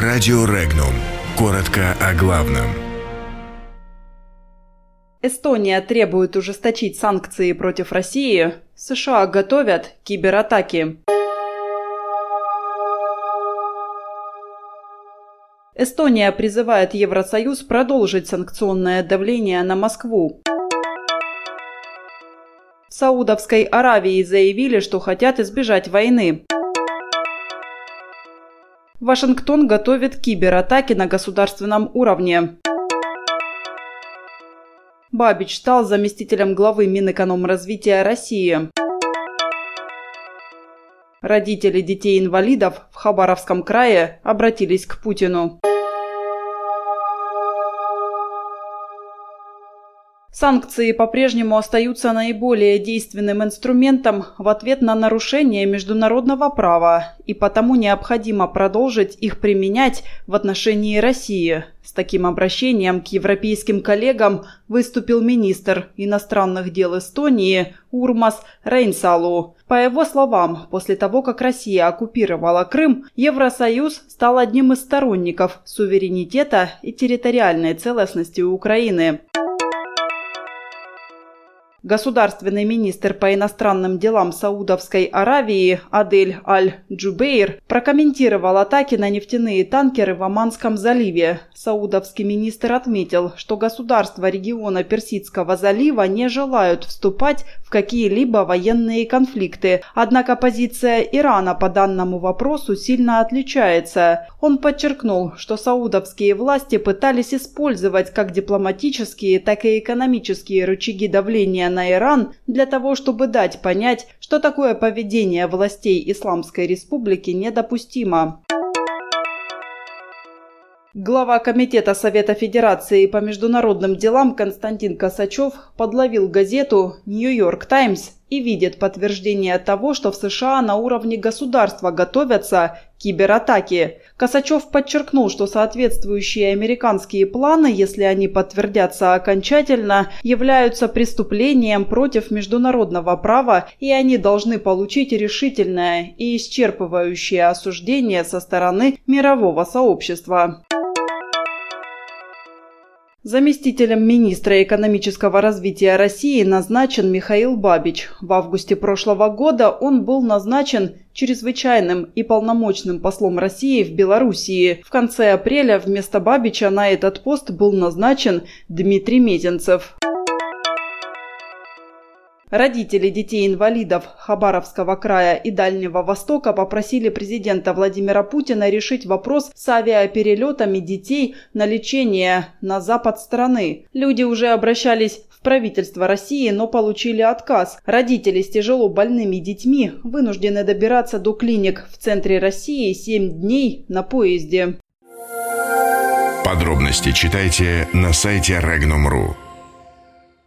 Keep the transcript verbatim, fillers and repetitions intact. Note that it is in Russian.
Радио Регнум. Коротко о главном. Эстония требует ужесточить санкции против России. США готовят кибератаки. Эстония призывает Евросоюз продолжить санкционное давление на Москву. В Саудовской Аравии заявили, что хотят избежать войны. Вашингтон готовит кибератаки на государственном уровне. Бабич стал заместителем главы Минэкономразвития России. Родители детей-инвалидов в Хабаровском крае обратились к Путину. Санкции по-прежнему остаются наиболее действенным инструментом в ответ на нарушение международного права, и потому необходимо продолжить их применять в отношении России. С таким обращением к европейским коллегам выступил министр иностранных дел Эстонии Урмас Рейнсалу. По его словам, после того, как Россия оккупировала Крым, Евросоюз стал одним из сторонников суверенитета и территориальной целостности Украины. Государственный министр по иностранным делам Саудовской Аравии Адель Аль-Джубейр прокомментировал атаки на нефтяные танкеры в Оманском заливе. Саудовский министр отметил, что государства региона Персидского залива не желают вступать в какие-либо военные конфликты, однако позиция Ирана по данному вопросу сильно отличается. Он подчеркнул, что саудовские власти пытались использовать как дипломатические, так и экономические рычаги давления на Иран для того, чтобы дать понять, что такое поведение властей Исламской Республики недопустимо. Глава Комитета Совета Федерации по международным делам Константин Косачев подловил газету «Нью-Йорк Таймс» и видит подтверждение того, что в США на уровне государства готовятся кибератаки. Косачев подчеркнул, что соответствующие американские планы, если они подтвердятся окончательно, являются преступлением против международного права, и они должны получить решительное и исчерпывающее осуждение со стороны мирового сообщества. Заместителем министра экономического развития России назначен Михаил Бабич. В августе прошлого года он был назначен чрезвычайным и полномочным послом России в Белоруссии. В конце апреля вместо Бабича на этот пост был назначен Дмитрий Мезенцев. Родители детей-инвалидов Хабаровского края и Дальнего Востока попросили президента Владимира Путина решить вопрос с авиаперелетами детей на лечение на запад страны. Люди уже обращались в правительство России, но получили отказ. Родители с тяжело больными детьми вынуждены добираться до клиник в центре России семь дней на поезде. Подробности читайте на сайте регнум точка ру.